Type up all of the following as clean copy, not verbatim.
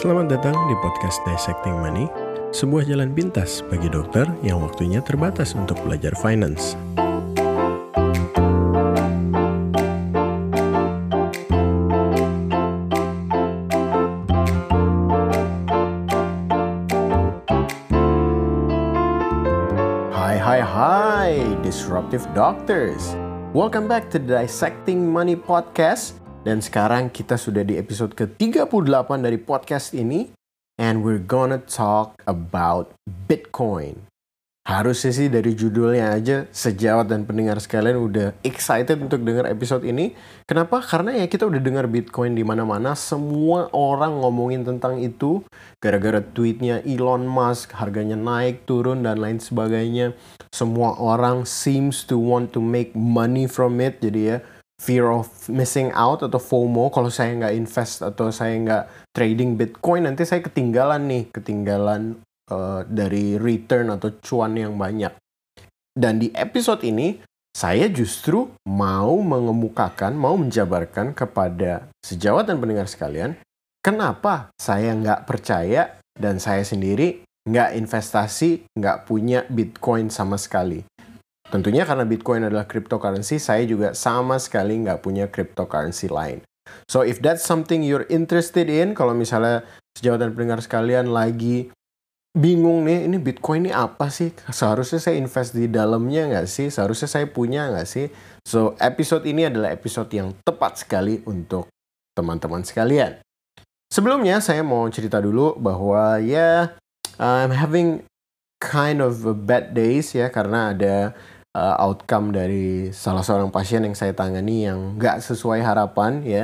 Selamat datang di podcast Dissecting Money, sebuah jalan pintas bagi dokter yang waktunya terbatas untuk belajar finance. Hai, disruptive doctors. Welcome back to the Dissecting Money podcast. Dan sekarang kita sudah di episode ke-38 dari podcast ini. And we're gonna talk about Bitcoin. Harusnya sih dari judulnya aja, sejawat dan pendengar sekalian udah excited untuk dengar episode ini. Kenapa? Karena ya kita udah dengar Bitcoin di mana-mana. Semua orang ngomongin tentang itu. Gara-gara tweetnya Elon Musk, harganya naik, turun, dan lain sebagainya. Semua orang seems to want to make money from it. Jadi ya, fear of missing out atau FOMO. Kalau saya nggak invest atau saya nggak trading Bitcoin, nanti saya ketinggalan dari return atau cuan yang banyak. Dan di episode ini, saya justru mau menjabarkan kepada sejawat dan pendengar sekalian, kenapa saya nggak percaya dan saya sendiri nggak investasi, nggak punya Bitcoin sama sekali. Tentunya karena Bitcoin adalah cryptocurrency, saya juga sama sekali nggak punya cryptocurrency lain. So if that's something you're interested in, kalau misalnya sejawat dan pendengar sekalian lagi bingung nih, ini Bitcoin ini apa sih? Seharusnya saya invest di dalamnya nggak sih? Seharusnya saya punya nggak sih? So, episode ini adalah episode yang tepat sekali untuk teman-teman sekalian. Sebelumnya, saya mau cerita dulu bahwa I'm having kind of a bad days ya, karena ada outcome dari salah seorang pasien yang saya tangani yang nggak sesuai harapan ya.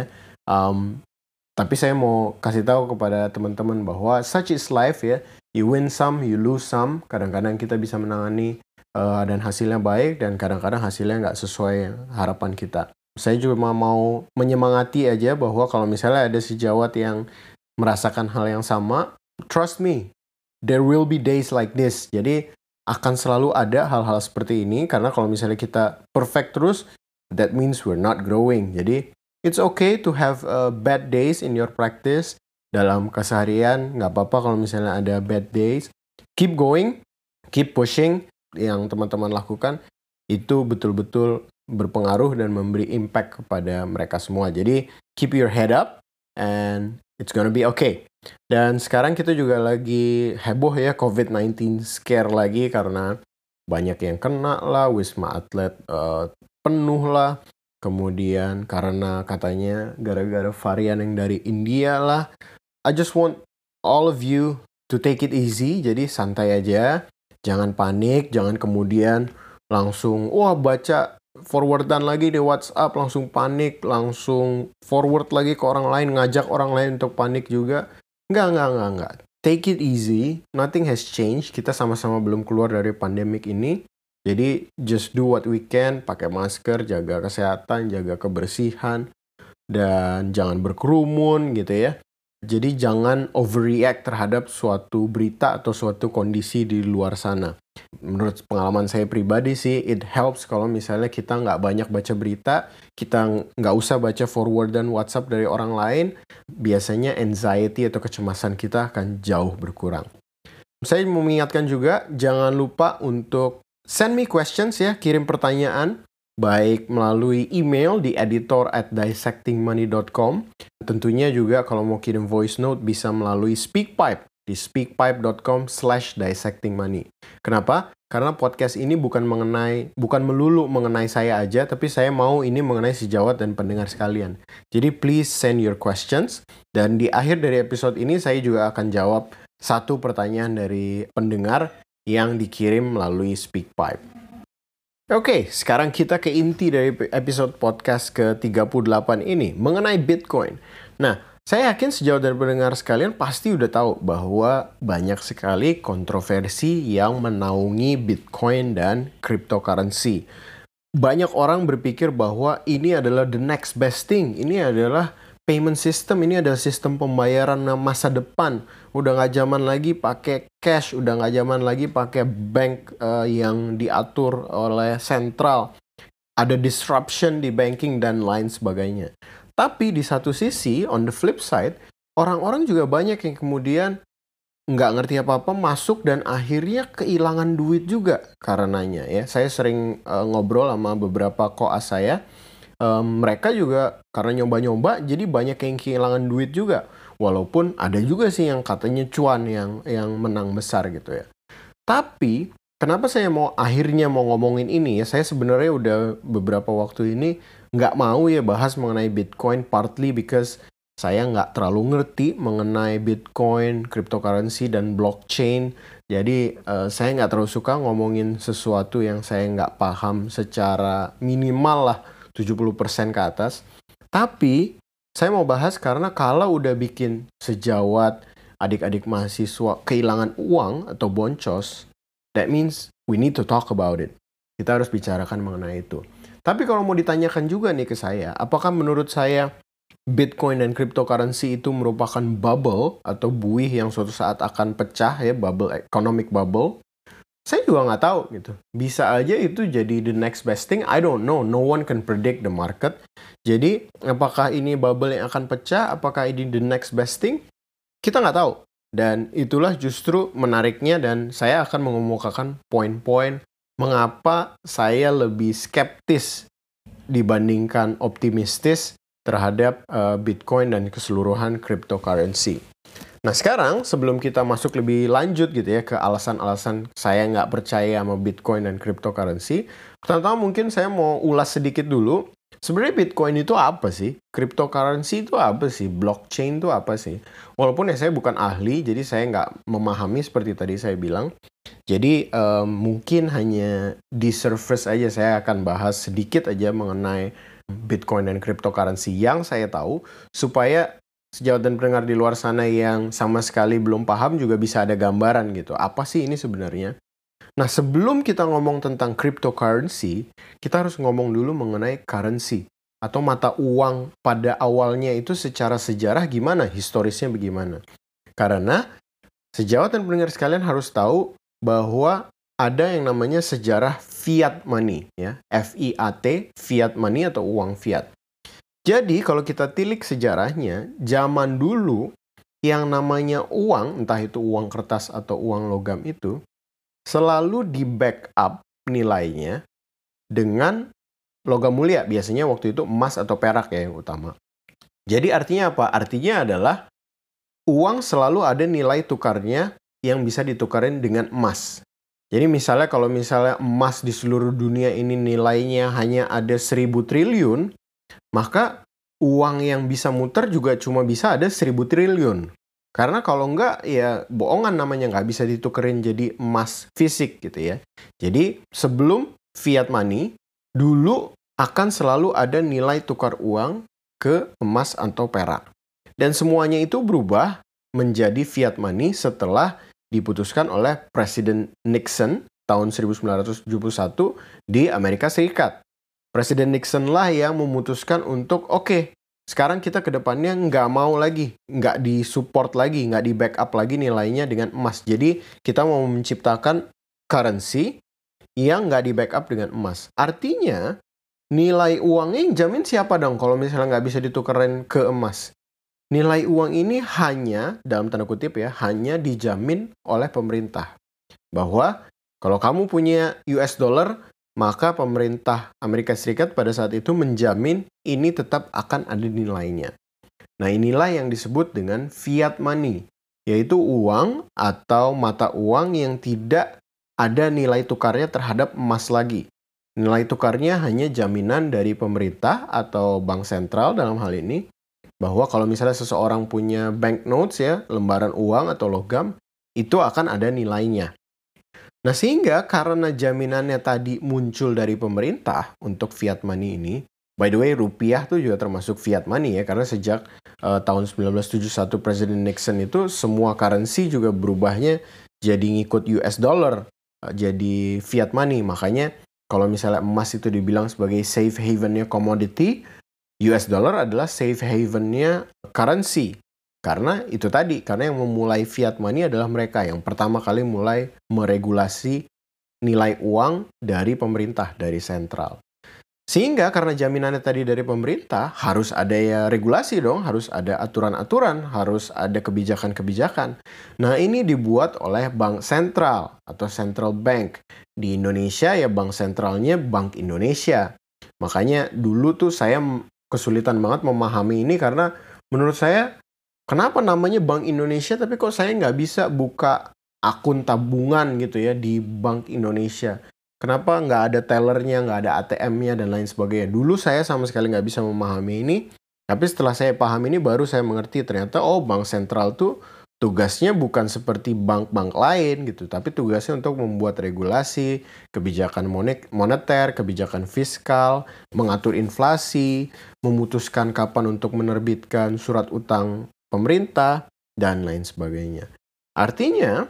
Tapi saya mau kasih tahu kepada teman-teman bahwa such is life ya. You win some, you lose some. Kadang-kadang kita bisa menangani dan hasilnya baik, dan kadang-kadang hasilnya nggak sesuai harapan kita. Saya juga mau menyemangati aja bahwa kalau misalnya ada sejawat yang merasakan hal yang sama, trust me, there will be days like this. Jadi akan selalu ada hal-hal seperti ini, karena kalau misalnya kita perfect terus, that means we're not growing. Jadi it's okay to have bad days in your practice. Dalam keseharian, nggak apa-apa kalau misalnya ada bad days. Keep going, keep pushing. Yang teman-teman lakukan itu betul-betul berpengaruh dan memberi impact kepada mereka semua. Jadi, keep your head up and it's gonna be okay. Dan sekarang kita juga lagi heboh ya, COVID-19 scare lagi karena banyak yang kena lah, Wisma Atlet penuh lah. Kemudian karena katanya gara-gara varian yang dari India lah. I just want all of you to take it easy. Jadi santai aja. Jangan panik. Jangan kemudian langsung baca forwardan lagi di WhatsApp. Langsung panik. Langsung forward lagi ke orang lain. Ngajak orang lain untuk panik juga. Enggak. Take it easy. Nothing has changed. Kita sama-sama belum keluar dari pandemik ini. Jadi just do what we can. Pakai masker. Jaga kesehatan. Jaga kebersihan. Dan jangan berkerumun gitu ya. Jadi jangan overreact terhadap suatu berita atau suatu kondisi di luar sana. Menurut pengalaman saya pribadi sih, it helps kalau misalnya kita nggak banyak baca berita, kita nggak usah baca forward dan WhatsApp dari orang lain, biasanya anxiety atau kecemasan kita akan jauh berkurang. Saya mau mengingatkan juga, jangan lupa untuk send me questions ya, kirim pertanyaan, baik melalui email di editor@dissectingmoney.com. Tentunya juga kalau mau kirim voice note bisa melalui SpeakPipe di speakpipe.com/dissectingmoney. Kenapa? Karena podcast ini bukan melulu mengenai saya aja, tapi saya mau ini mengenai sejawat dan pendengar sekalian. Jadi please send your questions, dan di akhir dari episode ini saya juga akan jawab satu pertanyaan dari pendengar yang dikirim melalui SpeakPipe. Oke, sekarang kita ke inti dari episode podcast ke-38 ini, mengenai Bitcoin. Nah, saya yakin sejawat dan pendengar sekalian pasti udah tahu bahwa banyak sekali kontroversi yang menaungi Bitcoin dan cryptocurrency. Banyak orang berpikir bahwa ini adalah the next best thing, ini adalah payment system, ini adalah sistem pembayaran masa depan. Udah nggak zaman lagi pakai cash, udah nggak zaman lagi pakai bank yang diatur oleh sentral. Ada disruption di banking dan lain sebagainya. Tapi di satu sisi, on the flip side, orang-orang juga banyak yang kemudian nggak ngerti apa-apa masuk dan akhirnya kehilangan duit juga karenanya ya. Saya sering ngobrol sama beberapa koas saya. Mereka juga karena nyoba-nyoba jadi banyak yang kehilangan duit juga. Walaupun ada juga sih yang katanya cuan yang menang besar gitu ya. Tapi kenapa saya akhirnya mau ngomongin ini ya? Saya sebenarnya udah beberapa waktu ini nggak mau ya bahas mengenai Bitcoin, partly because saya nggak terlalu ngerti mengenai Bitcoin, cryptocurrency, dan blockchain. Jadi saya nggak terlalu suka ngomongin sesuatu yang saya nggak paham secara minimal lah 70% ke atas. Tapi saya mau bahas karena kalau udah bikin sejawat adik-adik mahasiswa kehilangan uang atau boncos, that means we need to talk about it. Kita harus bicarakan mengenai itu. Tapi kalau mau ditanyakan juga nih ke saya, apakah menurut saya Bitcoin dan cryptocurrency itu merupakan bubble atau buih yang suatu saat akan pecah ya, bubble, economic bubble? Saya juga nggak tahu gitu. Bisa aja itu jadi the next best thing. I don't know. No one can predict the market. Jadi apakah ini bubble yang akan pecah? Apakah ini the next best thing? Kita nggak tahu. Dan itulah justru menariknya dan saya akan mengemukakan poin-poin mengapa saya lebih skeptis dibandingkan optimistis terhadap Bitcoin dan keseluruhan cryptocurrency. Nah sekarang sebelum kita masuk lebih lanjut gitu ya ke alasan-alasan saya nggak percaya sama Bitcoin dan cryptocurrency, pertama mungkin saya mau ulas sedikit dulu. Sebenarnya Bitcoin itu apa sih? Cryptocurrency itu apa sih? Blockchain itu apa sih? Walaupun ya saya bukan ahli, jadi saya nggak memahami seperti tadi saya bilang. Jadi mungkin hanya di surface aja saya akan bahas sedikit aja mengenai Bitcoin dan cryptocurrency yang saya tahu, supaya sejawat dan pendengar di luar sana yang sama sekali belum paham juga bisa ada gambaran gitu. Apa sih ini sebenarnya? Nah, sebelum kita ngomong tentang cryptocurrency, kita harus ngomong dulu mengenai currency atau mata uang pada awalnya itu secara sejarah gimana, historisnya bagaimana. Karena sejawat dan pendengar sekalian harus tahu bahwa ada yang namanya sejarah fiat money ya, FIAT, fiat money atau uang fiat. Jadi kalau kita tilik sejarahnya, zaman dulu yang namanya uang, entah itu uang kertas atau uang logam itu, selalu di backup nilainya dengan logam mulia. Biasanya waktu itu emas atau perak ya yang utama. Jadi artinya apa? Artinya adalah uang selalu ada nilai tukarnya yang bisa ditukarin dengan emas. Jadi misalnya kalau misalnya emas di seluruh dunia ini nilainya hanya ada 1.000 triliun, maka uang yang bisa muter juga cuma bisa ada 1.000 triliun. Karena kalau enggak, ya bohongan namanya, nggak bisa ditukerin jadi emas fisik gitu ya. Jadi sebelum fiat money, dulu akan selalu ada nilai tukar uang ke emas atau perak. Dan semuanya itu berubah menjadi fiat money setelah diputuskan oleh Presiden Nixon tahun 1971 di Amerika Serikat. Presiden Nixon lah yang memutuskan untuk sekarang kita ke depannya nggak mau lagi, nggak disupport lagi, nggak di backup lagi nilainya dengan emas. Jadi kita mau menciptakan currency yang nggak di backup dengan emas. Artinya nilai uangnya yang jamin siapa dong kalau misalnya nggak bisa ditukerin ke emas? Nilai uang ini hanya, dalam tanda kutip ya, hanya dijamin oleh pemerintah. Bahwa kalau kamu punya US dollar, maka pemerintah Amerika Serikat pada saat itu menjamin ini tetap akan ada nilainya. Nah inilah yang disebut dengan fiat money, yaitu uang atau mata uang yang tidak ada nilai tukarnya terhadap emas lagi. Nilai tukarnya hanya jaminan dari pemerintah atau bank sentral dalam hal ini, bahwa kalau misalnya seseorang punya banknotes ya, lembaran uang atau logam, itu akan ada nilainya. Nah sehingga karena jaminannya tadi muncul dari pemerintah untuk fiat money ini, by the way rupiah tuh juga termasuk fiat money ya, karena sejak tahun 1971 Presiden Nixon itu semua currency juga berubahnya jadi ngikut US dollar, jadi fiat money. Makanya kalau misalnya emas itu dibilang sebagai safe haven-nya commodity, US dollar adalah safe haven-nya currency. Karena itu tadi, karena yang memulai fiat money adalah mereka yang pertama kali mulai meregulasi nilai uang dari pemerintah, dari sentral. Sehingga karena jaminannya tadi dari pemerintah, harus ada ya regulasi dong, harus ada aturan-aturan, harus ada kebijakan-kebijakan. Nah, ini dibuat oleh bank sentral atau central bank. Di Indonesia ya bank sentralnya Bank Indonesia. Makanya dulu tuh saya kesulitan banget memahami ini karena menurut saya kenapa namanya Bank Indonesia tapi kok saya nggak bisa buka akun tabungan gitu ya di Bank Indonesia. Kenapa nggak ada tellernya, nggak ada ATM-nya, dan lain sebagainya. Dulu saya sama sekali nggak bisa memahami ini, tapi setelah saya paham ini baru saya mengerti ternyata bank sentral tuh tugasnya bukan seperti bank-bank lain gitu, tapi tugasnya untuk membuat regulasi, kebijakan moneter, kebijakan fiskal, mengatur inflasi, memutuskan kapan untuk menerbitkan surat utang pemerintah, dan lain sebagainya. Artinya,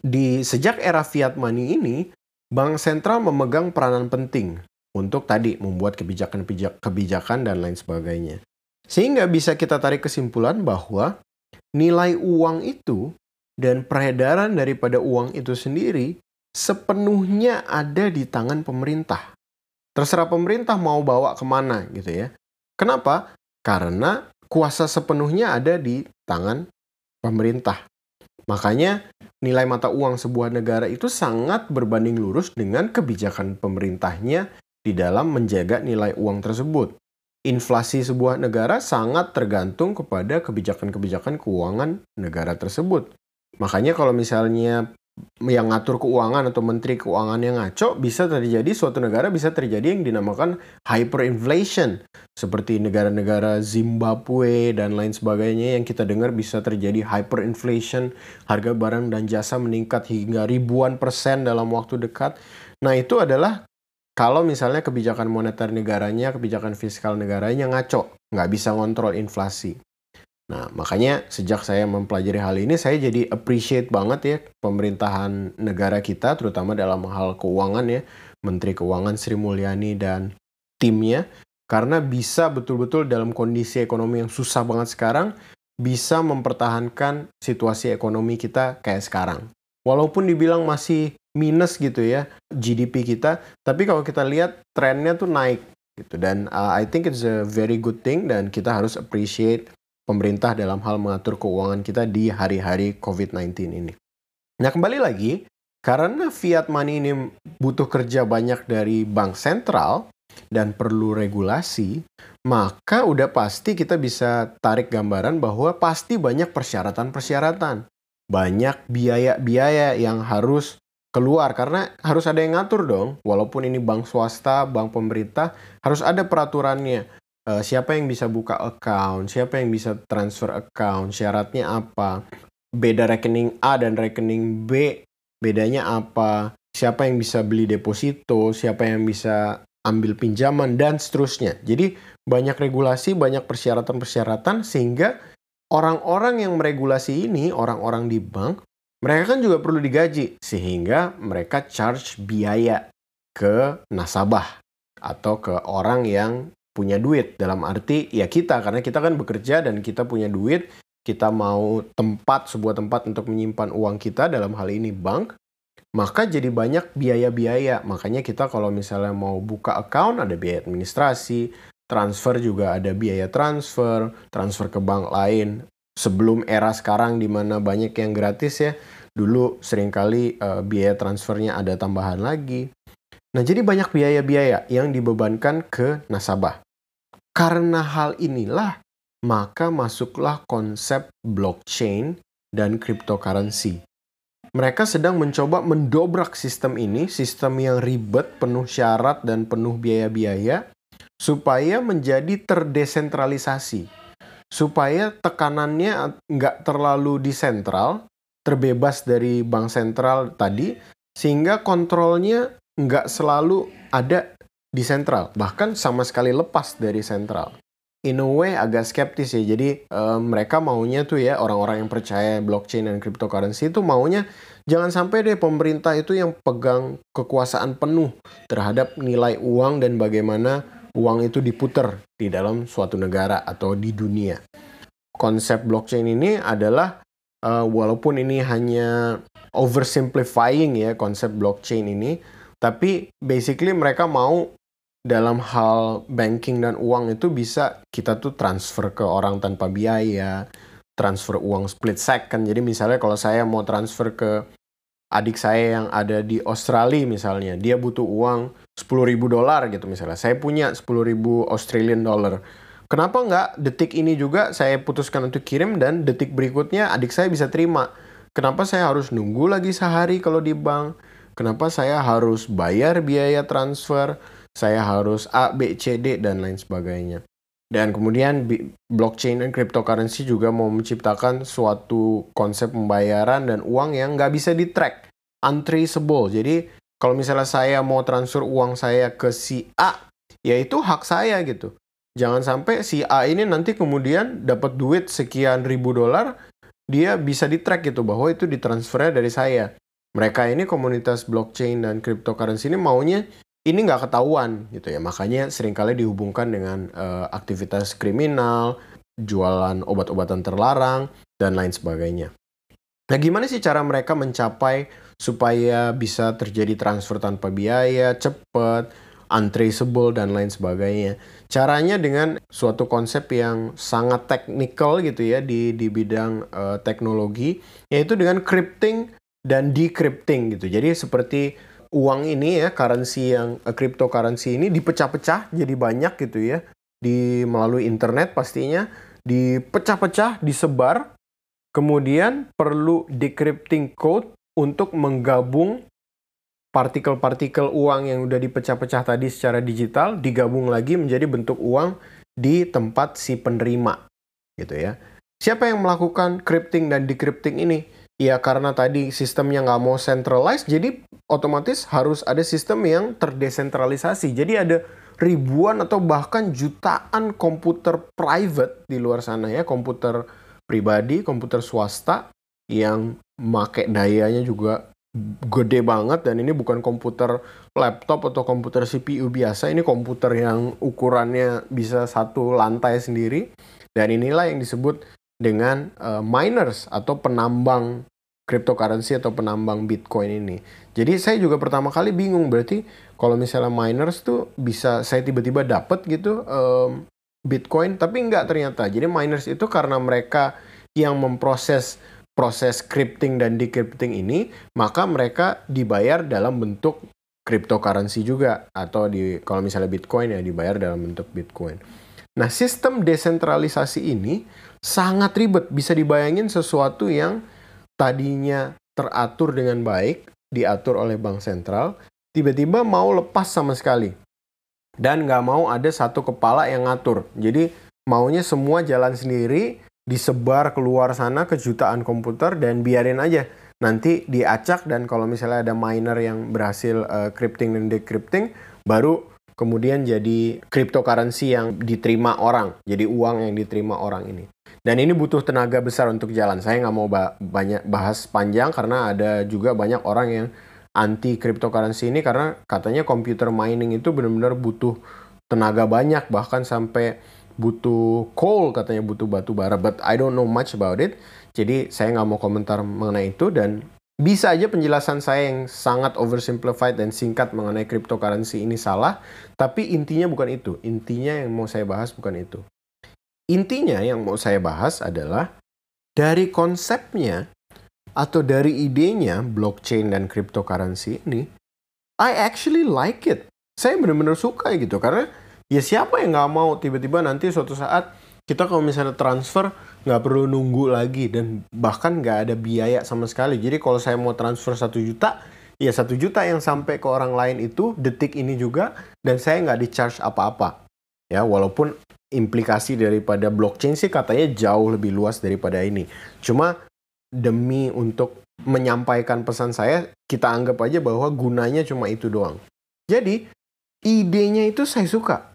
sejak era fiat money ini, bank sentral memegang peranan penting untuk tadi membuat kebijakan dan lain sebagainya. Sehingga bisa kita tarik kesimpulan bahwa nilai uang itu dan peredaran daripada uang itu sendiri sepenuhnya ada di tangan pemerintah. Terserah pemerintah mau bawa kemana gitu ya. Kenapa? Karena kuasa sepenuhnya ada di tangan pemerintah. Makanya nilai mata uang sebuah negara itu sangat berbanding lurus dengan kebijakan pemerintahnya di dalam menjaga nilai uang tersebut. Inflasi sebuah negara sangat tergantung kepada kebijakan-kebijakan keuangan negara tersebut. Makanya kalau misalnya yang ngatur keuangan atau menteri keuangan yang ngaco, bisa terjadi suatu negara bisa terjadi yang dinamakan hyperinflation. Seperti negara-negara Zimbabwe dan lain sebagainya yang kita dengar bisa terjadi hyperinflation, harga barang dan jasa meningkat hingga ribuan persen dalam waktu dekat. Nah, itu adalah kalau misalnya kebijakan moneter negaranya, kebijakan fiskal negaranya ngaco, nggak bisa ngontrol inflasi. Nah, makanya sejak saya mempelajari hal ini, saya jadi appreciate banget ya pemerintahan negara kita, terutama dalam hal keuangan ya, Menteri Keuangan Sri Mulyani dan timnya, karena bisa betul-betul dalam kondisi ekonomi yang susah banget sekarang, bisa mempertahankan situasi ekonomi kita kayak sekarang. Walaupun dibilang masih minus gitu ya, GDP kita, tapi kalau kita lihat trennya tuh naik gitu. Dan I think it's a very good thing dan kita harus appreciate pemerintah dalam hal mengatur keuangan kita di hari-hari COVID-19 ini. Nah, kembali lagi, karena fiat money ini butuh kerja banyak dari bank sentral dan perlu regulasi, maka udah pasti kita bisa tarik gambaran bahwa pasti banyak persyaratan-persyaratan. Banyak biaya-biaya yang harus keluar karena harus ada yang ngatur dong. Walaupun ini bank swasta, bank pemerintah, harus ada peraturannya. Siapa yang bisa buka account, siapa yang bisa transfer account, syaratnya apa, beda rekening A dan rekening B, bedanya apa, siapa yang bisa beli deposito, siapa yang bisa ambil pinjaman, dan seterusnya. Jadi banyak regulasi, banyak persyaratan-persyaratan sehingga orang-orang yang meregulasi ini, orang-orang di bank, mereka kan juga perlu digaji sehingga mereka charge biaya ke nasabah atau ke orang yang punya duit, dalam arti ya kita, karena kita kan bekerja dan kita punya duit, kita mau sebuah tempat untuk menyimpan uang kita, dalam hal ini bank, maka jadi banyak biaya-biaya. Makanya kita kalau misalnya mau buka account ada biaya administrasi, transfer juga ada biaya transfer ke bank lain. Sebelum era sekarang di mana banyak yang gratis ya, dulu seringkali biaya transfernya ada tambahan lagi. Nah, jadi banyak biaya-biaya yang dibebankan ke nasabah. Karena hal inilah, maka masuklah konsep blockchain dan cryptocurrency. Mereka sedang mencoba mendobrak sistem ini, sistem yang ribet, penuh syarat, dan penuh biaya-biaya, supaya menjadi terdesentralisasi. Supaya tekanannya nggak terlalu disentral, terbebas dari bank sentral tadi, sehingga kontrolnya nggak selalu ada di sentral, bahkan sama sekali lepas dari sentral. In a way agak skeptis ya, jadi mereka maunya tuh ya, orang-orang yang percaya blockchain dan cryptocurrency itu maunya jangan sampai deh pemerintah itu yang pegang kekuasaan penuh terhadap nilai uang dan bagaimana uang itu diputar di dalam suatu negara atau di dunia. Konsep blockchain ini adalah walaupun ini hanya oversimplifying ya konsep blockchain ini, tapi basically mereka mau dalam hal banking dan uang itu bisa kita tuh transfer ke orang tanpa biaya, transfer uang split second. Jadi misalnya kalau saya mau transfer ke adik saya yang ada di Australia misalnya, dia butuh uang $10.000 gitu misalnya. Saya punya 10.000 Australian dollar. Kenapa nggak detik ini juga saya putuskan untuk kirim dan detik berikutnya adik saya bisa terima? Kenapa saya harus nunggu lagi sehari kalau di bank? Kenapa saya harus bayar biaya transfer? Saya harus A, B, C, D, dan lain sebagainya. Dan kemudian blockchain dan cryptocurrency juga mau menciptakan suatu konsep pembayaran dan uang yang nggak bisa di-track, untraceable. Jadi kalau misalnya saya mau transfer uang saya ke si A, ya itu hak saya gitu. Jangan sampai si A ini nanti kemudian dapat duit sekian ribu dolar, dia bisa di-track gitu bahwa itu ditransfernya dari saya. Mereka ini komunitas blockchain dan cryptocurrency ini maunya ini nggak ketahuan gitu ya. Makanya seringkali dihubungkan dengan aktivitas kriminal, jualan obat-obatan terlarang, dan lain sebagainya. Nah, gimana sih cara mereka mencapai supaya bisa terjadi transfer tanpa biaya, cepat, untraceable, dan lain sebagainya? Caranya dengan suatu konsep yang sangat teknikal gitu ya di bidang teknologi, yaitu dengan crypting dan decrypting gitu. Jadi seperti uang ini ya, currency yang cryptocurrency ini dipecah-pecah jadi banyak gitu ya, melalui internet pastinya, dipecah-pecah, disebar. Kemudian perlu decrypting code untuk menggabung partikel-partikel uang yang udah dipecah-pecah tadi secara digital, digabung lagi menjadi bentuk uang di tempat si penerima, gitu ya. Siapa yang melakukan crypting dan decrypting ini? Ya karena tadi sistemnya nggak mau centralized, jadi otomatis harus ada sistem yang terdesentralisasi. Jadi ada ribuan atau bahkan jutaan komputer private di luar sana ya, komputer pribadi, komputer swasta yang make dayanya juga gede banget, dan ini bukan komputer laptop atau komputer CPU biasa, ini komputer yang ukurannya bisa satu lantai sendiri, dan inilah yang disebut dengan miners atau penambang cryptocurrency atau penambang Bitcoin ini. Jadi saya juga pertama kali bingung, berarti kalau misalnya miners tuh bisa saya tiba-tiba dapat gitu Bitcoin, tapi enggak ternyata. Jadi miners itu karena mereka yang memproses proses scripting dan decrypting ini, maka mereka dibayar dalam bentuk cryptocurrency juga, atau kalau misalnya Bitcoin ya dibayar dalam bentuk Bitcoin. Nah, sistem desentralisasi ini sangat ribet. Bisa dibayangin sesuatu yang tadinya teratur dengan baik, diatur oleh bank sentral, tiba-tiba mau lepas sama sekali. Dan nggak mau ada satu kepala yang ngatur. Jadi maunya semua jalan sendiri, disebar keluar sana ke jutaan komputer, dan biarin aja. Nanti diacak, dan kalau misalnya ada miner yang berhasil crypting dan decrypting, baru kemudian jadi cryptocurrency yang diterima orang. Jadi uang yang diterima orang ini. Dan ini butuh tenaga besar untuk jalan. Saya nggak mau banyak bahas panjang karena ada juga banyak orang yang anti cryptocurrency ini karena katanya computer mining itu benar-benar butuh tenaga banyak, bahkan sampai butuh coal, katanya butuh batu bara, but I don't know much about it. Jadi saya nggak mau komentar mengenai itu, dan bisa aja penjelasan saya yang sangat oversimplified dan singkat mengenai cryptocurrency ini salah, tapi intinya bukan itu. Intinya yang mau saya bahas bukan itu. Intinya yang mau saya bahas adalah dari konsepnya atau dari idenya blockchain dan cryptocurrency ini, I actually like it. Saya benar-benar suka gitu, karena ya siapa yang nggak mau tiba-tiba nanti suatu saat kita kalau misalnya transfer nggak perlu nunggu lagi, dan bahkan nggak ada biaya sama sekali. Jadi kalau saya mau transfer 1 juta, ya 1 juta yang sampai ke orang lain itu detik ini juga, dan saya nggak di-charge apa-apa. Ya, walaupun implikasi daripada blockchain sih katanya jauh lebih luas daripada ini. Cuma demi untuk menyampaikan pesan saya, kita anggap aja bahwa gunanya cuma itu doang. Jadi, idenya itu saya suka.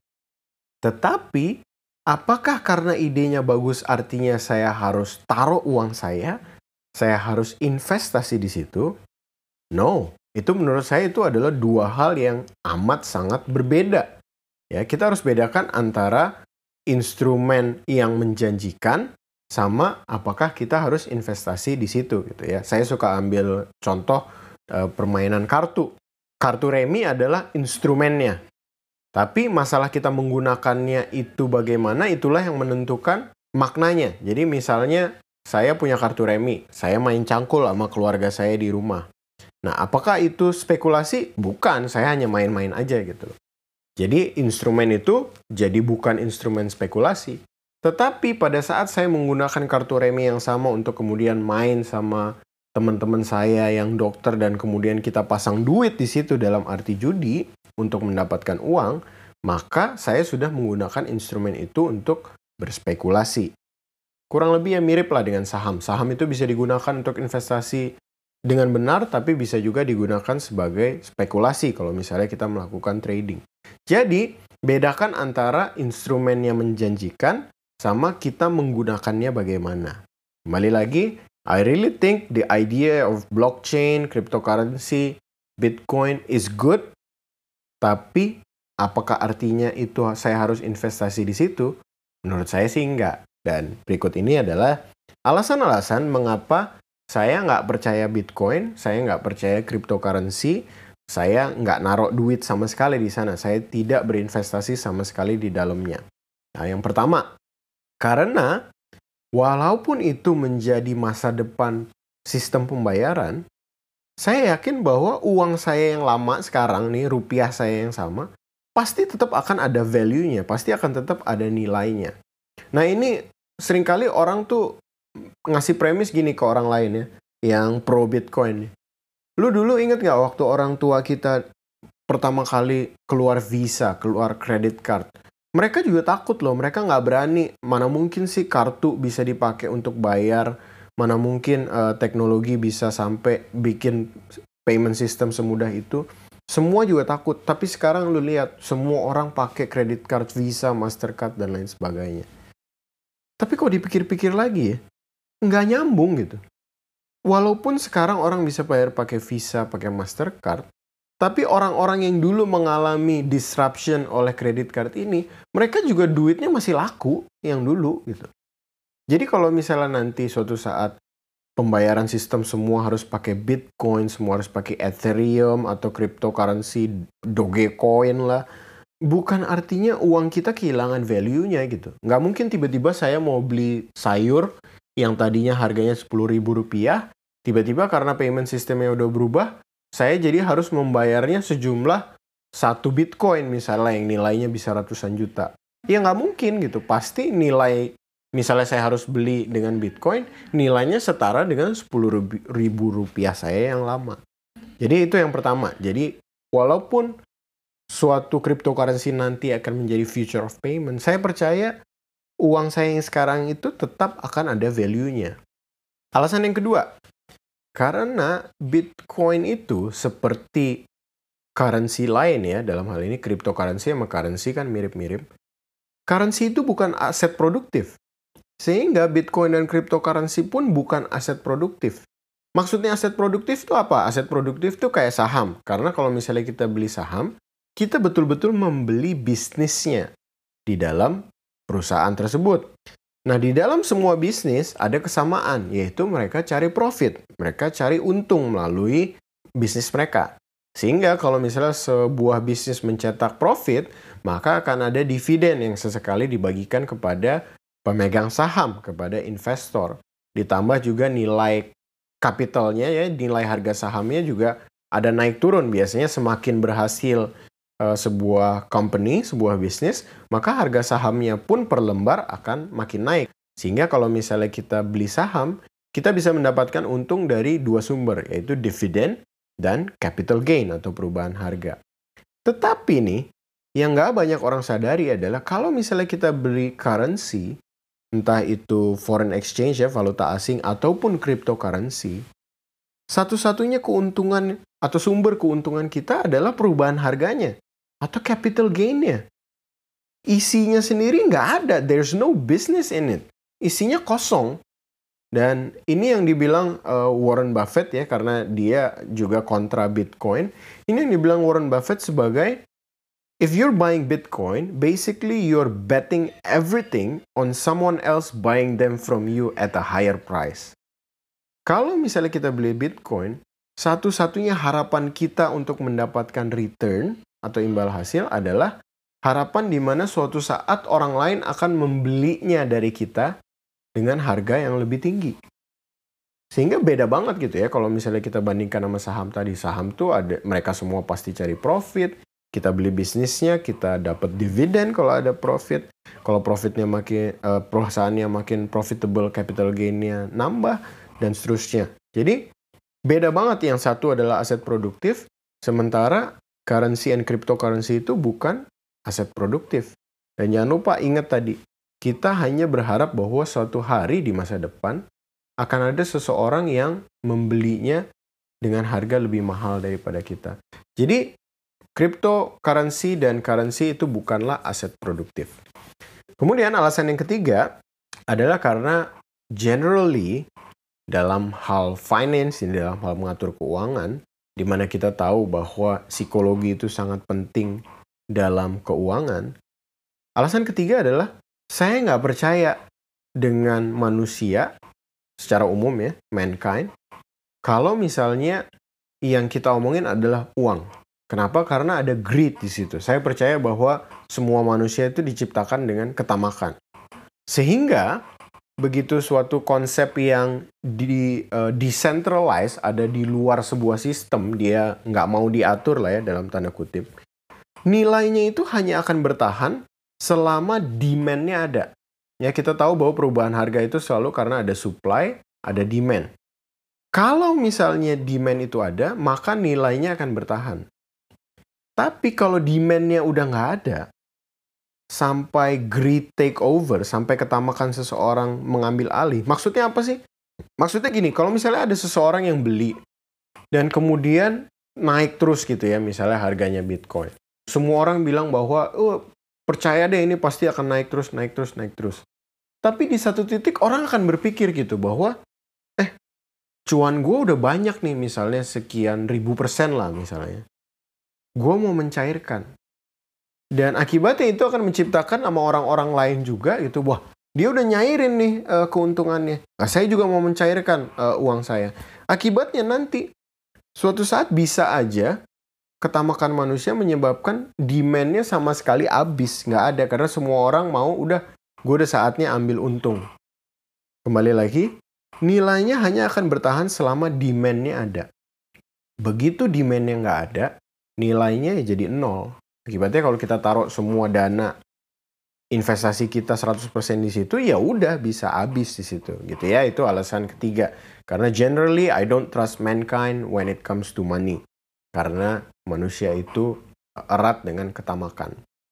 Tetapi, apakah karena idenya bagus artinya saya harus taruh uang saya harus investasi di situ? No, itu menurut saya itu adalah dua hal yang amat sangat berbeda. Ya, kita harus bedakan antara instrumen yang menjanjikan sama apakah kita harus investasi di situ gitu ya. Saya suka ambil contoh permainan kartu. Kartu remi adalah instrumennya. Tapi masalah kita menggunakannya itu bagaimana, itulah yang menentukan maknanya. Jadi misalnya saya punya kartu remi, saya main cangkul sama keluarga saya di rumah. Nah, apakah itu spekulasi? Bukan, saya hanya main-main aja gitu loh. Jadi instrumen itu jadi bukan instrumen spekulasi. Tetapi pada saat saya menggunakan kartu remi yang sama untuk kemudian main sama teman-teman saya yang dokter dan kemudian kita pasang duit di situ dalam arti judi untuk mendapatkan uang, maka saya sudah menggunakan instrumen itu untuk berspekulasi. Kurang lebih ya mirip lah dengan saham. Saham itu bisa digunakan untuk investasi dengan benar, tapi bisa juga digunakan sebagai spekulasi kalau misalnya kita melakukan trading. Jadi, bedakan antara instrumen yang menjanjikan sama kita menggunakannya bagaimana. Kembali lagi, I really think the idea of blockchain, cryptocurrency, Bitcoin is good, tapi apakah artinya itu saya harus investasi di situ? Menurut saya sih enggak. Dan berikut ini adalah alasan-alasan mengapa saya nggak percaya Bitcoin, saya nggak percaya cryptocurrency, saya nggak naruh duit sama sekali di sana. Saya tidak berinvestasi sama sekali di dalamnya. Nah, yang pertama, karena walaupun itu menjadi masa depan sistem pembayaran, saya yakin bahwa uang saya yang lama sekarang nih, rupiah saya yang sama, pasti tetap akan ada value-nya, pasti akan tetap ada nilainya. Nah, ini seringkali orang tuh ngasih premis gini ke orang lain ya, yang pro Bitcoin. Lu dulu inget nggak waktu orang tua kita pertama kali keluar Visa, keluar credit card? Mereka juga takut loh, mereka nggak berani. Mana mungkin sih kartu bisa dipakai untuk bayar, mana mungkin teknologi bisa sampai bikin payment system semudah itu. Semua juga takut, tapi sekarang lu lihat, semua orang pakai credit card, Visa, Mastercard, dan lain sebagainya. Tapi kok dipikir-pikir lagi ya, nggak nyambung gitu. Walaupun sekarang orang bisa bayar pakai Visa, pakai Mastercard, tapi orang-orang yang dulu mengalami disruption oleh credit card ini, mereka juga duitnya masih laku yang dulu gitu. Jadi kalau misalnya nanti suatu saat pembayaran sistem semua harus pakai Bitcoin, semua harus pakai Ethereum atau cryptocurrency, Dogecoin lah, bukan artinya uang kita kehilangan value-nya gitu. Nggak mungkin tiba-tiba saya mau beli sayur yang tadinya harganya Rp10.000, tiba-tiba karena payment sistemnya udah berubah, saya jadi harus membayarnya sejumlah 1 Bitcoin misalnya yang nilainya bisa ratusan juta. Ya nggak mungkin gitu. Pasti nilai, misalnya saya harus beli dengan Bitcoin, nilainya setara dengan Rp10.000 saya yang lama. Jadi itu yang pertama. Jadi walaupun suatu cryptocurrency nanti akan menjadi future of payment, saya percaya uang saya yang sekarang itu tetap akan ada value-nya. Alasan yang kedua, karena Bitcoin itu seperti currency lain ya, dalam hal ini cryptocurrency sama currency kan mirip-mirip. Currency itu bukan aset produktif. Sehingga Bitcoin dan cryptocurrency pun bukan aset produktif. Maksudnya aset produktif itu apa? Aset produktif itu kayak saham. Karena kalau misalnya kita beli saham, kita betul-betul membeli bisnisnya di dalam perusahaan tersebut. Nah, di dalam semua bisnis ada kesamaan, yaitu mereka cari profit. Mereka cari untung melalui bisnis mereka. Sehingga kalau misalnya sebuah bisnis mencetak profit, maka akan ada dividen yang sesekali dibagikan kepada pemegang saham, kepada investor. Ditambah juga nilai kapitalnya ya, nilai harga sahamnya juga ada naik turun. Biasanya semakin berhasil sebuah company, sebuah bisnis, maka harga sahamnya pun per lembar akan makin naik. Sehingga kalau misalnya kita beli saham, kita bisa mendapatkan untung dari dua sumber, yaitu dividen dan capital gain atau perubahan harga. Tetapi nih, yang nggak banyak orang sadari adalah kalau misalnya kita beli currency, entah itu foreign exchange ya, valuta asing, ataupun cryptocurrency, satu-satunya keuntungan atau sumber keuntungan kita adalah perubahan harganya atau capital gain-nya. Isinya sendiri nggak ada. There's no business in it. Isinya kosong. Dan ini yang dibilang Warren Buffett ya, karena dia juga kontra Bitcoin. Ini yang dibilang Warren Buffett sebagai, if you're buying Bitcoin, basically you're betting everything on someone else buying them from you at a higher price. Kalau misalnya kita beli Bitcoin, satu-satunya harapan kita untuk mendapatkan return atau imbal hasil adalah Harapan di mana suatu saat orang lain akan membelinya dari kita dengan harga yang lebih tinggi. Sehingga beda banget gitu ya kalau misalnya kita bandingkan sama saham tadi. Saham tuh mereka semua pasti cari profit. Kita beli bisnisnya, kita dapat dividen kalau ada profit. Kalau profitnya perusahaannya makin profitable, capital gain-nya nambah, dan seterusnya. Jadi beda banget, yang satu adalah aset produktif, sementara currency and cryptocurrency itu bukan aset produktif. Dan jangan lupa ingat tadi, kita hanya berharap bahwa suatu hari di masa depan akan ada seseorang yang membelinya dengan harga lebih mahal daripada kita. Jadi, cryptocurrency dan currency itu bukanlah aset produktif. Kemudian alasan yang ketiga adalah karena generally dalam hal finance, dalam hal mengatur keuangan, di mana kita tahu bahwa psikologi itu sangat penting dalam keuangan. Alasan ketiga adalah saya nggak percaya dengan manusia secara umum ya, mankind, kalau misalnya yang kita omongin adalah uang. Kenapa? Karena ada greed di situ. Saya percaya bahwa semua manusia itu diciptakan dengan ketamakan. Sehingga begitu suatu konsep yang decentralized, ada di luar sebuah sistem, dia nggak mau diatur lah ya dalam tanda kutip, nilainya itu hanya akan bertahan selama demand-nya ada. Ya, kita tahu bahwa perubahan harga itu selalu karena ada supply, ada demand. Kalau misalnya demand itu ada, maka nilainya akan bertahan. Tapi kalau demand-nya udah nggak ada, sampai greed take over, sampai ketamakan seseorang mengambil alih. Maksudnya apa sih? Maksudnya gini, kalau misalnya ada seseorang yang beli, dan kemudian naik terus gitu ya, misalnya harganya Bitcoin. Semua orang bilang bahwa, percaya deh ini pasti akan naik terus, naik terus, naik terus. Tapi di satu titik orang akan berpikir gitu bahwa, cuan gue udah banyak nih, misalnya sekian ribu% lah misalnya. Gue mau mencairkan. Dan akibatnya itu akan menciptakan sama orang-orang lain juga gitu. Wah, dia udah nyairin nih keuntungannya. Nah, saya juga mau mencairkan uang saya. Akibatnya nanti, suatu saat bisa aja ketamakan manusia menyebabkan demand-nya sama sekali habis. Nggak ada, karena semua orang mau, gue udah saatnya ambil untung. Kembali lagi, nilainya hanya akan bertahan selama demand-nya ada. Begitu demand-nya nggak ada, nilainya ya jadi 0. Akibatnya kalau kita taruh semua dana investasi kita 100% di situ, ya udah bisa habis di situ gitu ya. Itu alasan ketiga. Karena generally I don't trust mankind when it comes to money. Karena manusia itu erat dengan ketamakan.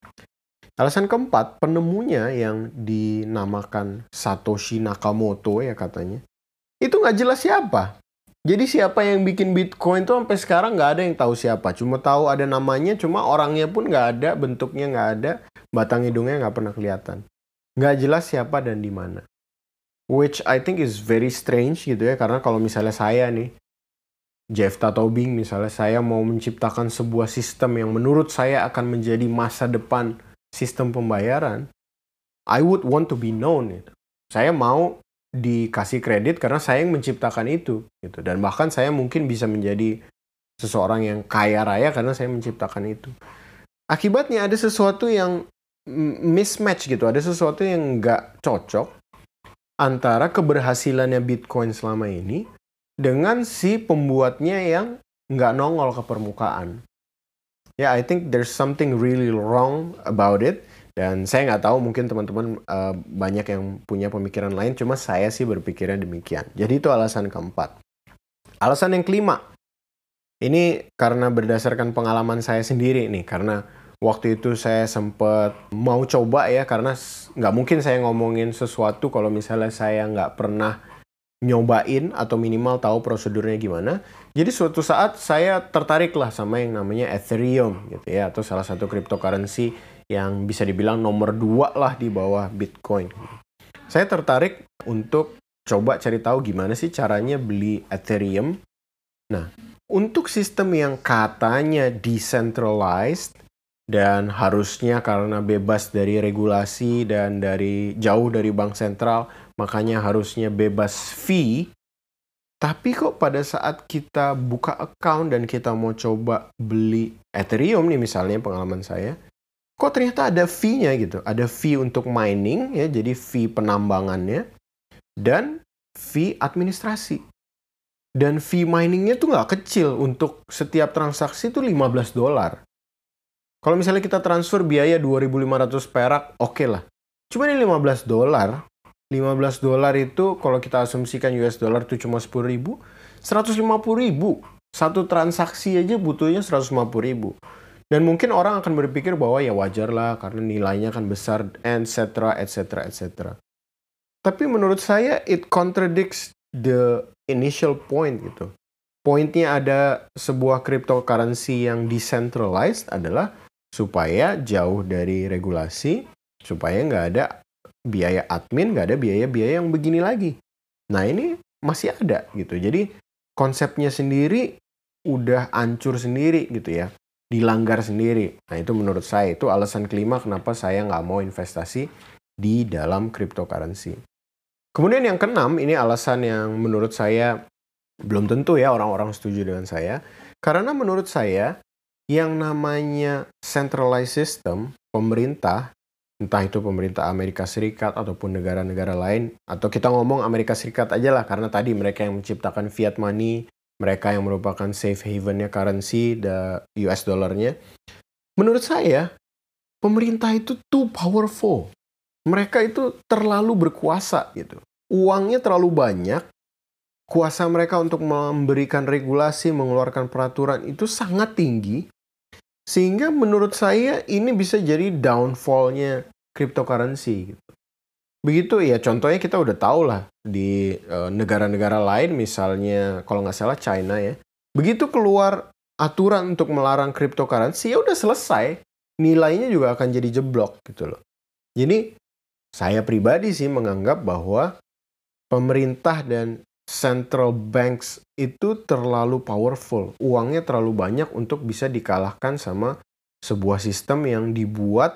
Alasan keempat, penemunya yang dinamakan Satoshi Nakamoto ya katanya, itu nggak jelas siapa. Jadi siapa yang bikin Bitcoin tuh sampai sekarang nggak ada yang tahu siapa. Cuma tahu ada namanya, cuma orangnya pun nggak ada, bentuknya nggak ada, batang hidungnya nggak pernah kelihatan. Nggak jelas siapa dan di mana. Which I think is very strange gitu ya, karena kalau misalnya saya nih, Jeff Tatobing misalnya, saya mau menciptakan sebuah sistem yang menurut saya akan menjadi masa depan sistem pembayaran, I would want to be known gitu. Saya mau dikasih kredit karena saya yang menciptakan itu gitu, dan bahkan saya mungkin bisa menjadi seseorang yang kaya raya karena saya menciptakan itu. Akibatnya ada sesuatu yang mismatch gitu, ada sesuatu yang nggak cocok antara keberhasilannya Bitcoin selama ini dengan si pembuatnya yang nggak nongol ke permukaan. Ya, I think there's something really wrong about it. Dan saya nggak tahu, mungkin teman-teman banyak yang punya pemikiran lain, cuma saya sih berpikirnya demikian. Jadi itu alasan keempat. Alasan yang kelima, ini karena berdasarkan pengalaman saya sendiri nih, karena waktu itu saya sempat mau coba ya, karena nggak mungkin saya ngomongin sesuatu kalau misalnya saya nggak pernah nyobain atau minimal tahu prosedurnya gimana. Jadi suatu saat saya tertarik lah sama yang namanya Ethereum gitu ya, atau salah satu cryptocurrency yang bisa dibilang nomor 2 lah di bawah Bitcoin. Saya tertarik untuk coba cari tahu gimana sih caranya beli Ethereum. Nah, untuk sistem yang katanya decentralized dan harusnya karena bebas dari regulasi dan jauh dari bank sentral, makanya harusnya bebas fee. Tapi kok pada saat kita buka account dan kita mau coba beli Ethereum nih misalnya, pengalaman saya, kok ternyata ada fee-nya gitu. Ada fee untuk mining ya, jadi fee penambangannya dan fee administrasi. Dan fee miningnya tuh nggak kecil, untuk setiap transaksi tuh $15. Kalau misalnya kita transfer biaya 2.500 perak, oke lah. Cuma ini $15. $15 itu kalau kita asumsikan US dollar itu cuma 10.000, 150.000. Satu transaksi aja butuhnya 150.000. Dan mungkin orang akan berpikir bahwa ya wajar lah karena nilainya kan besar, etc, etc, etc. Tapi menurut saya it contradicts the initial point gitu. Pointnya ada sebuah cryptocurrency yang decentralized adalah supaya jauh dari regulasi, supaya nggak ada biaya admin, nggak ada biaya-biaya yang begini lagi. Nah ini masih ada gitu. Jadi konsepnya sendiri udah hancur sendiri gitu ya. Dilanggar sendiri. Nah itu menurut saya, itu alasan kelima kenapa saya nggak mau investasi di dalam cryptocurrency. Kemudian yang keenam, ini alasan yang menurut saya belum tentu ya orang-orang setuju dengan saya. Karena menurut saya, yang namanya centralized system, pemerintah, entah itu pemerintah Amerika Serikat ataupun negara-negara lain, atau kita ngomong Amerika Serikat aja lah, karena tadi mereka yang menciptakan fiat money, mereka yang merupakan safe haven-nya currency, the US dollar-nya. Menurut saya, pemerintah itu too powerful. Mereka itu terlalu berkuasa gitu. Uangnya terlalu banyak, kuasa mereka untuk memberikan regulasi, mengeluarkan peraturan itu sangat tinggi. Sehingga menurut saya ini bisa jadi downfall-nya cryptocurrency gitu. Begitu ya, contohnya kita udah tahu lah di negara-negara lain, misalnya kalau nggak salah China ya. Begitu keluar aturan untuk melarang cryptocurrency, ya udah selesai. Nilainya juga akan jadi jeblok gitu loh. Jadi saya pribadi sih menganggap bahwa pemerintah dan central banks itu terlalu powerful. Uangnya terlalu banyak untuk bisa dikalahkan sama sebuah sistem yang dibuat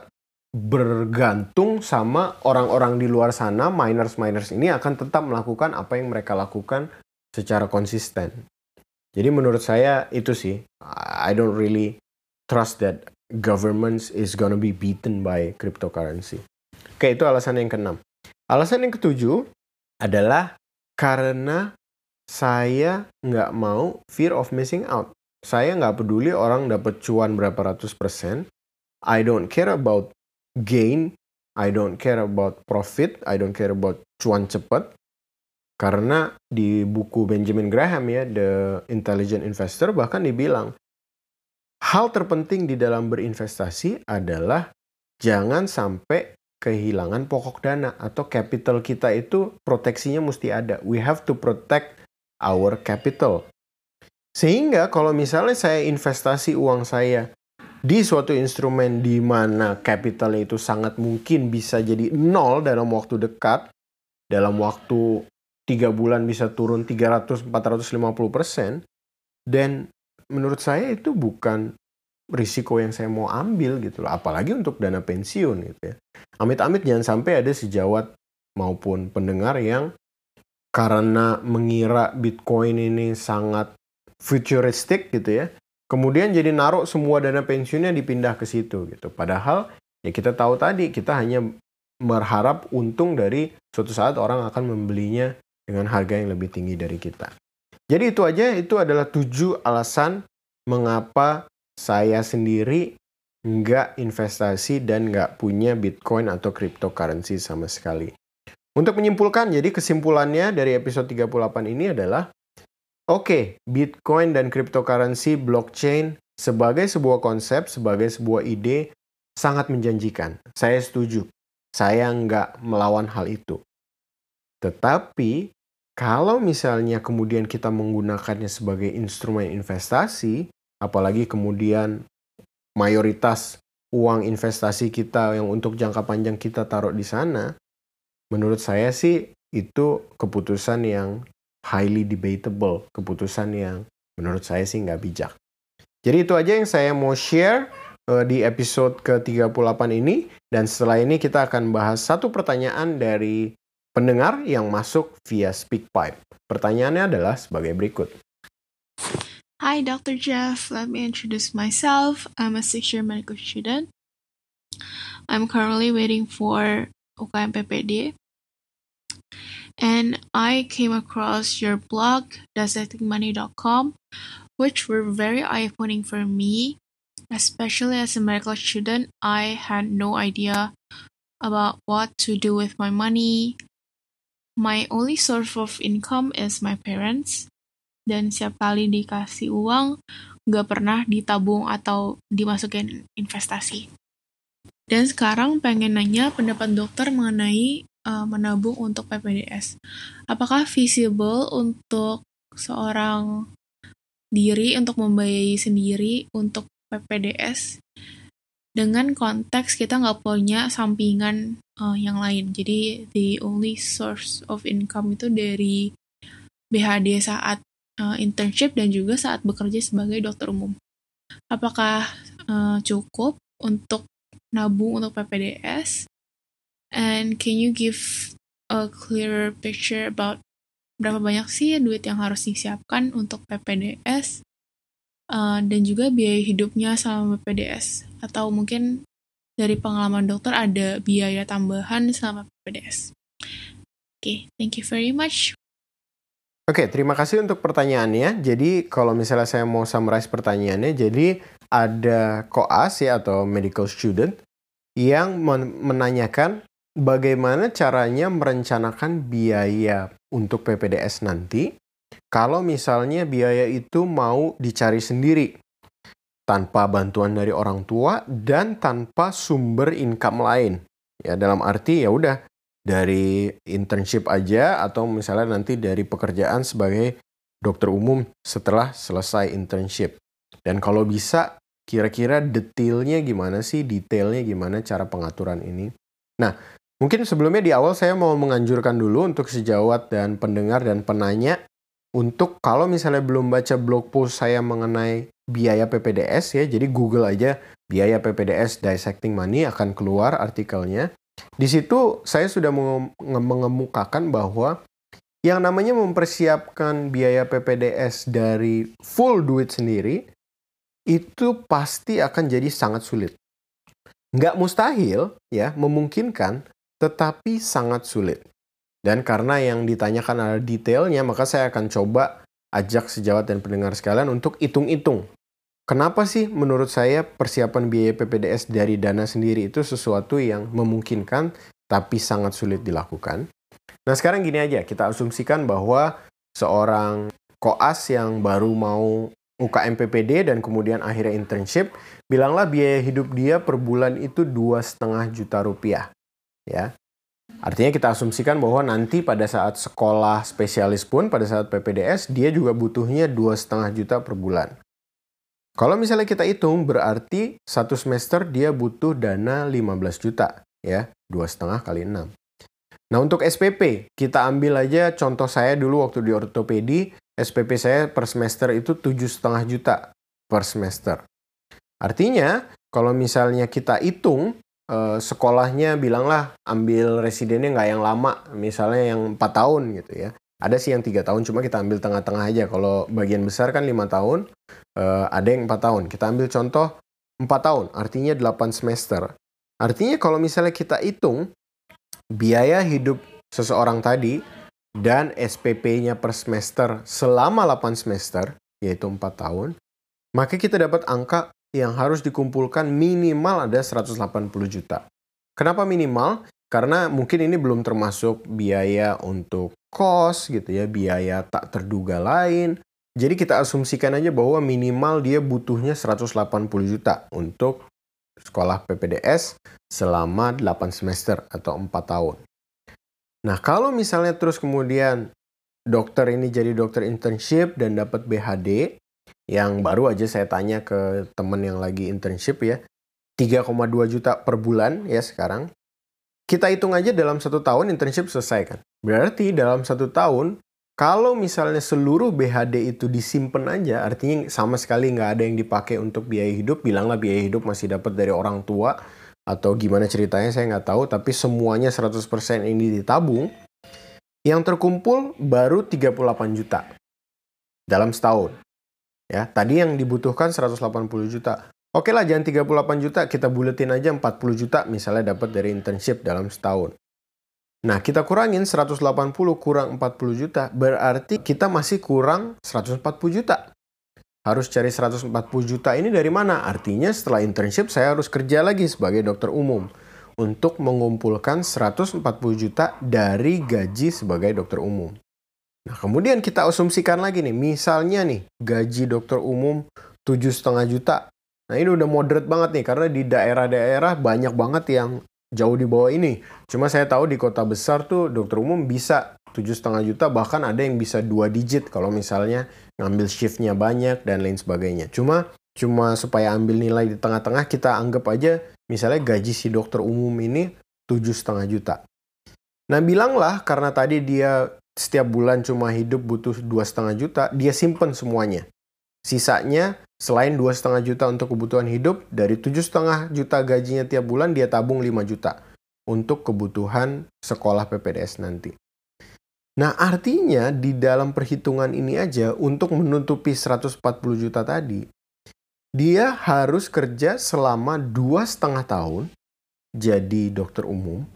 bergantung sama orang-orang di luar sana. Miners ini akan tetap melakukan apa yang mereka lakukan secara konsisten. Jadi menurut saya itu sih, I don't really trust that governments is gonna be beaten by cryptocurrency. Oke, itu alasan yang keenam. Alasan yang ketujuh adalah karena saya nggak mau fear of missing out. Saya nggak peduli orang dapat cuan berapa ratus %. I don't care about gain. I don't care about profit. I don't care about cuan cepat. Karena di buku Benjamin Graham ya, The Intelligent Investor, bahkan dibilang, hal terpenting di dalam berinvestasi adalah jangan sampai kehilangan pokok dana atau capital kita itu proteksinya mesti ada. We have to protect our capital. Sehingga kalau misalnya saya investasi uang saya di suatu instrumen di mana capitalnya itu sangat mungkin bisa jadi nol dalam waktu dekat, dalam waktu 3 bulan bisa turun 300-450%, dan menurut saya itu bukan risiko yang saya mau ambil gitu loh, apalagi untuk dana pensiun gitu ya. Amit-amit jangan sampai ada sejawat maupun pendengar yang karena mengira Bitcoin ini sangat futuristik gitu ya, kemudian jadi naruh semua dana pensiunnya dipindah ke situ gitu. Padahal ya kita tahu tadi, kita hanya berharap untung dari suatu saat orang akan membelinya dengan harga yang lebih tinggi dari kita. Jadi itu aja, itu adalah 7 alasan mengapa saya sendiri nggak investasi dan nggak punya Bitcoin atau cryptocurrency sama sekali. Untuk menyimpulkan, jadi kesimpulannya dari episode 38 ini adalah, oke, Bitcoin dan cryptocurrency blockchain sebagai sebuah konsep, sebagai sebuah ide, sangat menjanjikan. Saya setuju. Saya nggak melawan hal itu. Tetapi, kalau misalnya kemudian kita menggunakannya sebagai instrumen investasi, apalagi kemudian mayoritas uang investasi kita yang untuk jangka panjang kita taruh di sana, menurut saya sih itu keputusan yang highly debatable, keputusan yang menurut saya sih nggak bijak. Jadi itu aja yang saya mau share di episode ke-38 ini, dan setelah ini kita akan bahas satu pertanyaan dari pendengar yang masuk via SpeakPipe. Pertanyaannya adalah sebagai berikut. Hi, Dr. Jeff. Let me introduce myself. I'm a 6-year medical student. I'm currently waiting for UKM PPD. And I came across your blog, dissectingmoney.com, which were very eye-opening for me. Especially as a medical student, I had no idea about what to do with my money. My only source of income is my parents. Dan setiap kali dikasih uang, gak pernah ditabung atau dimasukin investasi. Dan sekarang pengen nanya pendapat dokter mengenai menabung untuk PPDS. Apakah feasible untuk seorang diri untuk membiayai sendiri untuk PPDS dengan konteks kita nggak punya sampingan yang lain. Jadi the only source of income itu dari BHD saat internship dan juga saat bekerja sebagai dokter umum. Apakah cukup untuk nabung untuk PPDS? And can you give a clearer picture about berapa banyak sih duit yang harus disiapkan untuk PPDS? Dan juga biaya hidupnya selama PPDS. Atau mungkin dari pengalaman dokter ada biaya tambahan selama PPDS. Oke, thank you very much. Oke, terima kasih untuk pertanyaannya. Jadi kalau misalnya saya mau summarize pertanyaannya, jadi ada koas ya atau medical student yang menanyakan bagaimana caranya merencanakan biaya untuk PPDS nanti kalau misalnya biaya itu mau dicari sendiri tanpa bantuan dari orang tua dan tanpa sumber income lain. Ya, dalam arti ya udah dari internship aja atau misalnya nanti dari pekerjaan sebagai dokter umum setelah selesai internship. Dan kalau bisa kira-kira detailnya gimana cara pengaturan ini. Nah, mungkin sebelumnya di awal saya mau menganjurkan dulu untuk sejawat dan pendengar dan penanya untuk kalau misalnya belum baca blog post saya mengenai biaya PPDS ya, jadi Google aja biaya PPDS Dissecting Money akan keluar artikelnya. Di situ saya sudah mengemukakan bahwa yang namanya mempersiapkan biaya PPDS dari full duit sendiri itu pasti akan jadi sangat sulit. Nggak mustahil ya, memungkinkan, tetapi sangat sulit. Dan karena yang ditanyakan adalah detailnya, maka saya akan coba ajak sejawat dan pendengar sekalian untuk hitung-hitung. Kenapa sih menurut saya persiapan biaya PPDS dari dana sendiri itu sesuatu yang memungkinkan tapi sangat sulit dilakukan? Nah sekarang gini aja, kita asumsikan bahwa seorang koas yang baru mau UKM PPD dan kemudian akhirnya internship, bilanglah biaya hidup dia per bulan itu 2,5 juta rupiah. Ya. Artinya kita asumsikan bahwa nanti pada saat sekolah spesialis pun, pada saat PPDS, dia juga butuhnya 2,5 juta per bulan. Kalau misalnya kita hitung, berarti satu semester dia butuh dana 15 juta. Ya, 2,5 kali 6. Nah untuk SPP, kita ambil aja contoh saya dulu waktu di ortopedi, SPP saya per semester itu 7,5 juta per semester. Artinya, kalau misalnya kita hitung, sekolahnya bilanglah ambil residennya nggak yang lama, misalnya yang 4 tahun gitu ya. Ada sih yang 3 tahun, cuma kita ambil tengah-tengah aja. Kalau bagian besar kan 5 tahun, ada yang 4 tahun. Kita ambil contoh 4 tahun, artinya 8 semester. Artinya kalau misalnya kita hitung, biaya hidup seseorang tadi dan SPP-nya per semester selama 8 semester, yaitu 4 tahun, maka kita dapat angka yang harus dikumpulkan minimal ada 180 juta. Kenapa minimal? Karena mungkin ini belum termasuk biaya untuk kos gitu ya, biaya tak terduga lain. Jadi kita asumsikan aja bahwa minimal dia butuhnya 180 juta untuk sekolah PPDS selama 8 semester atau 4 tahun. Nah, kalau misalnya terus kemudian dokter ini jadi dokter internship dan dapat BHD, yang baru aja saya tanya ke teman yang lagi internship ya, 3,2 juta per bulan ya sekarang. Kita hitung aja dalam 1 tahun internship selesai kan. Berarti dalam 1 tahun, kalau misalnya seluruh BHD itu disimpan aja, artinya sama sekali nggak ada yang dipakai untuk biaya hidup, bilanglah biaya hidup masih dapat dari orang tua, atau gimana ceritanya saya nggak tahu, tapi semuanya 100% ini ditabung, yang terkumpul baru 38 juta dalam setahun. Ya, tadi yang dibutuhkan 180 juta. Oke lah, jangan 38 juta, kita buletin aja 40 juta misalnya dapat dari internship dalam setahun. Nah, kita kurangin 180 kurang 40 juta, berarti kita masih kurang 140 juta. Harus cari 140 juta ini dari mana? Artinya setelah internship saya harus kerja lagi sebagai dokter umum untuk mengumpulkan 140 juta dari gaji sebagai dokter umum. Nah, kemudian kita asumsikan lagi nih, misalnya nih gaji dokter umum 7,5 juta. Nah, ini udah moderate banget nih, karena di daerah-daerah banyak banget yang jauh di bawah ini. Cuma saya tahu di kota besar tuh dokter umum bisa 7,5 juta, bahkan ada yang bisa 2 digit kalau misalnya ngambil shiftnya banyak dan lain sebagainya. Cuma supaya ambil nilai di tengah-tengah, kita anggap aja misalnya gaji si dokter umum ini 7,5 juta. Nah, bilanglah karena tadi dia setiap bulan cuma hidup butuh 2,5 juta, dia simpen semuanya. Sisanya selain 2,5 juta untuk kebutuhan hidup, dari 7,5 juta gajinya tiap bulan dia tabung 5 juta untuk kebutuhan sekolah PPDS nanti. Nah, artinya di dalam perhitungan ini aja untuk menutupi 140 juta tadi, dia harus kerja selama 2,5 tahun jadi dokter umum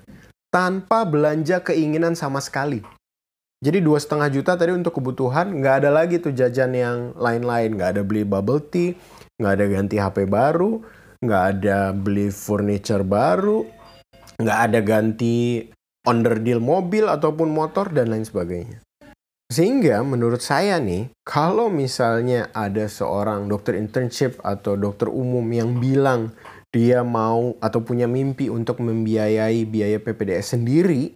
tanpa belanja keinginan sama sekali. Jadi 2,5 juta tadi untuk kebutuhan, nggak ada lagi tuh jajan yang lain-lain. Nggak ada beli bubble tea, nggak ada ganti HP baru, nggak ada beli furniture baru, nggak ada ganti underdeal mobil ataupun motor, dan lain sebagainya. Sehingga menurut saya nih, kalau misalnya ada seorang dokter internship atau dokter umum yang bilang dia mau atau punya mimpi untuk membiayai biaya PPDS sendiri,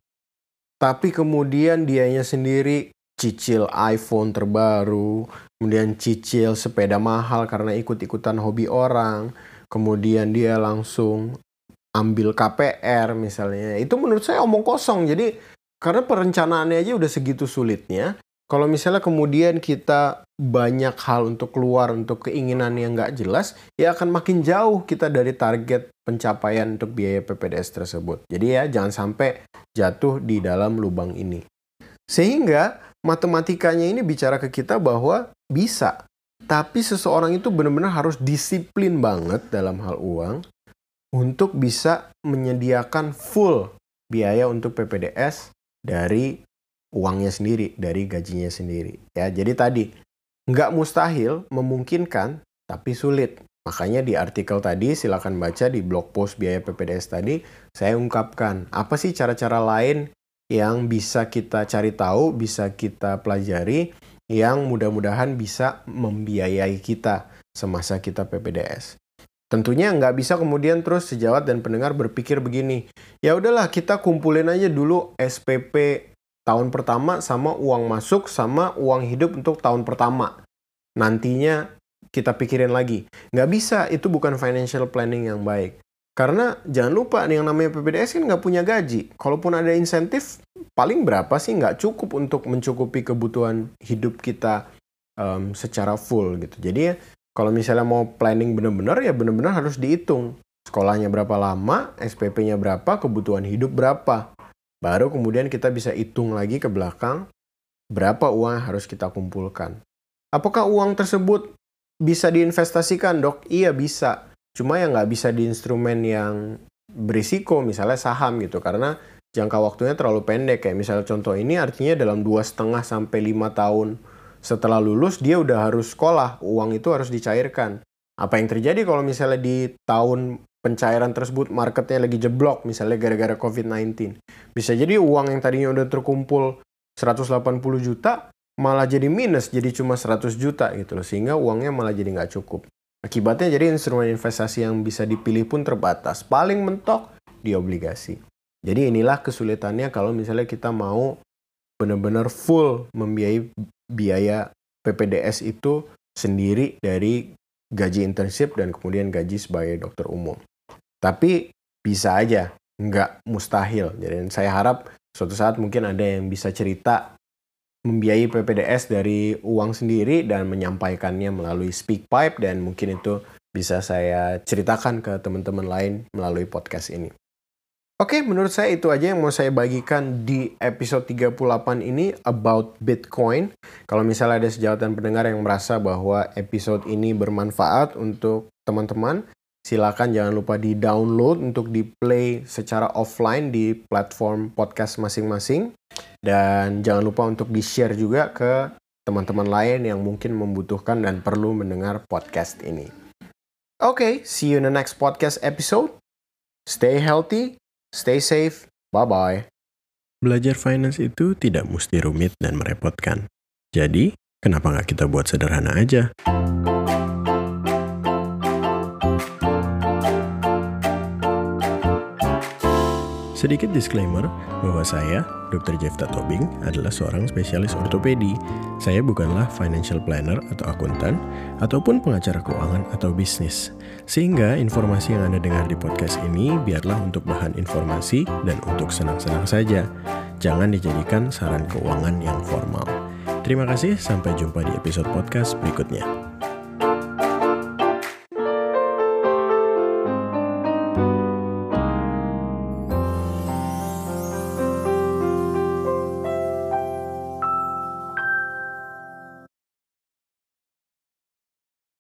tapi kemudian dianya sendiri cicil iPhone terbaru, kemudian cicil sepeda mahal karena ikut-ikutan hobi orang, kemudian dia langsung ambil KPR misalnya. Itu menurut saya omong kosong. Jadi karena perencanaannya aja udah segitu sulitnya. Kalau misalnya kemudian kita banyak hal untuk keluar untuk keinginan yang nggak jelas, ya akan makin jauh kita dari target pencapaian untuk biaya PPDS tersebut. Jadi ya jangan sampai jatuh di dalam lubang ini. Sehingga matematikanya ini bicara ke kita bahwa bisa. Tapi seseorang itu benar-benar harus disiplin banget dalam hal uang untuk bisa menyediakan full biaya untuk PPDS dari uangnya sendiri, dari gajinya sendiri. Ya, jadi tadi nggak mustahil, memungkinkan, tapi sulit. Makanya di artikel tadi, silakan baca di blog post biaya PPDS tadi, saya ungkapkan apa sih cara-cara lain yang bisa kita cari tahu, bisa kita pelajari, yang mudah-mudahan bisa membiayai kita semasa kita PPDS. Tentunya nggak bisa kemudian terus sejawat dan pendengar berpikir begini, ya udahlah kita kumpulin aja dulu SPP tahun pertama sama uang masuk sama uang hidup untuk tahun pertama. Nantinya kita pikirin lagi. Nggak bisa, itu bukan financial planning yang baik. Karena jangan lupa, yang namanya PPDS kan nggak punya gaji. Kalaupun ada insentif, paling berapa sih nggak cukup untuk mencukupi kebutuhan hidup kita secara full gitu. Jadi kalau misalnya mau planning benar-benar, ya benar-benar harus dihitung. Sekolahnya berapa lama, SPP-nya berapa, kebutuhan hidup berapa. Baru kemudian kita bisa hitung lagi ke belakang berapa uang yang harus kita kumpulkan. Apakah uang tersebut bisa diinvestasikan, dok? Iya bisa. Cuma ya nggak bisa di instrumen yang berisiko, misalnya saham gitu. Karena jangka waktunya terlalu pendek. Kayak misalnya contoh ini artinya dalam 2,5 sampai 5 tahun setelah lulus dia udah harus sekolah. Uang itu harus dicairkan. Apa yang terjadi kalau misalnya di tahun pencairan tersebut marketnya lagi jeblok, misalnya gara-gara COVID-19. Bisa jadi uang yang tadinya udah terkumpul 180 juta, malah jadi minus, jadi cuma 100 juta gitu loh. Sehingga uangnya malah jadi nggak cukup. Akibatnya jadi instrumen investasi yang bisa dipilih pun terbatas. Paling mentok di obligasi. Jadi inilah kesulitannya kalau misalnya kita mau benar-benar full membiayai biaya PPDS itu sendiri dari gaji internship dan kemudian gaji sebagai dokter umum. Tapi bisa aja, nggak mustahil. Jadi saya harap suatu saat mungkin ada yang bisa cerita membiayai PPDS dari uang sendiri dan menyampaikannya melalui SpeakPipe, dan mungkin itu bisa saya ceritakan ke teman-teman lain melalui podcast ini. Oke, menurut saya itu aja yang mau saya bagikan di episode 38 ini about Bitcoin. Kalau misalnya ada sejawat dan pendengar yang merasa bahwa episode ini bermanfaat untuk teman-teman, silakan jangan lupa di-download untuk di-play secara offline di platform podcast masing-masing. Dan jangan lupa untuk di-share juga ke teman-teman lain yang mungkin membutuhkan dan perlu mendengar podcast ini. Oke, see you in the next podcast episode. Stay healthy. Stay safe. Bye-bye. Belajar finance itu tidak mesti rumit dan merepotkan. Jadi, kenapa nggak kita buat sederhana aja? Sedikit disclaimer bahwa saya, Dr. Jefta Tobing, adalah seorang spesialis ortopedi. Saya bukanlah financial planner atau akuntan, ataupun pengacara keuangan atau bisnis. Sehingga informasi yang Anda dengar di podcast ini biarlah untuk bahan informasi dan untuk senang-senang saja. Jangan dijadikan saran keuangan yang formal. Terima kasih, sampai jumpa di episode podcast berikutnya.